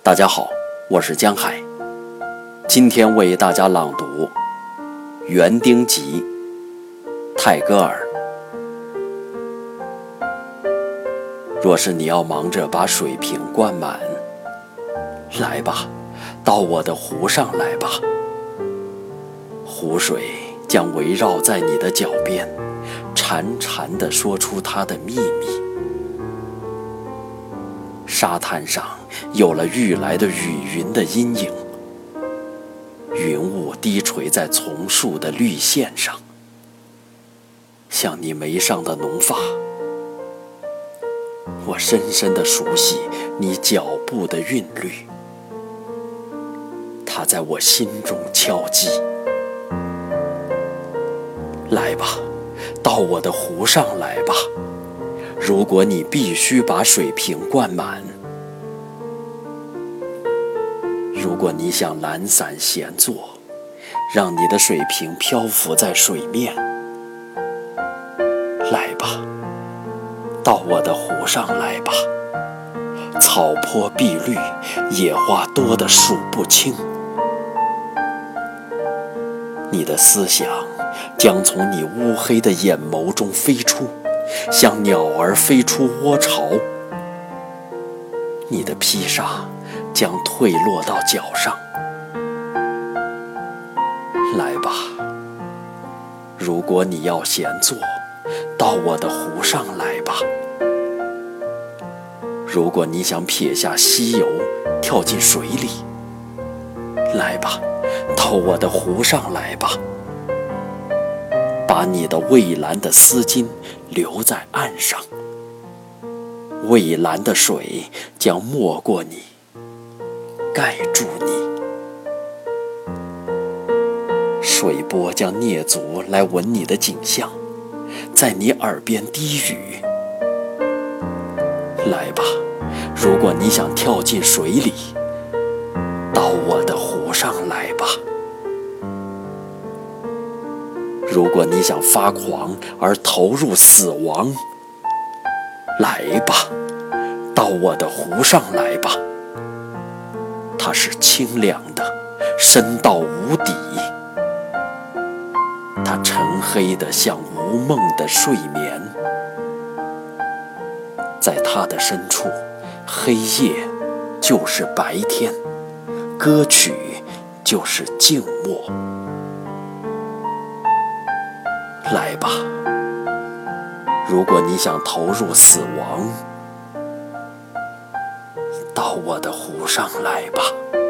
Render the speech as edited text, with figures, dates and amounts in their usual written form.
大家好，我是江海，今天为大家朗读《园丁集》泰戈尔。若是你要忙着把水瓶灌满，来吧，到我的湖上来吧。湖水将围绕在你的脚边，潺潺地说出它的秘密。沙滩上有了愈来的雨云的阴影，云雾低垂在丛树的绿线上，像你眉上的浓发。我深深地熟悉你脚步的韵律，它在我心中敲击。来吧，到我的湖上来吧。如果你必须把水瓶灌满，如果你想懒散闲坐，让你的水瓶漂浮在水面，来吧，到我的湖上来吧。草坡碧绿，野花多得数不清。你的思想将从你乌黑的眼眸中飞出，像鸟儿飞出窝巢。你的披纱将退落到脚上。来吧，如果你要闲坐，到我的湖上来吧。如果你想撇下溪游，跳进水里，来吧，到我的湖上来吧。把你的蔚蓝的丝巾留在岸上，蔚蓝的水将没过你，盖住你。水波将蹑足来吻你的颈项，在你耳边低语。来吧，如果你想跳进水里，到我的湖上来吧。如果你想发狂而投入死亡，来吧，到我的湖上来吧。它是清凉的，深到无底。它沉黑的像无梦的睡眠。在它的深处，黑夜就是白天，歌曲就是静默。来吧，如果你想投入死亡，到我的湖上来吧。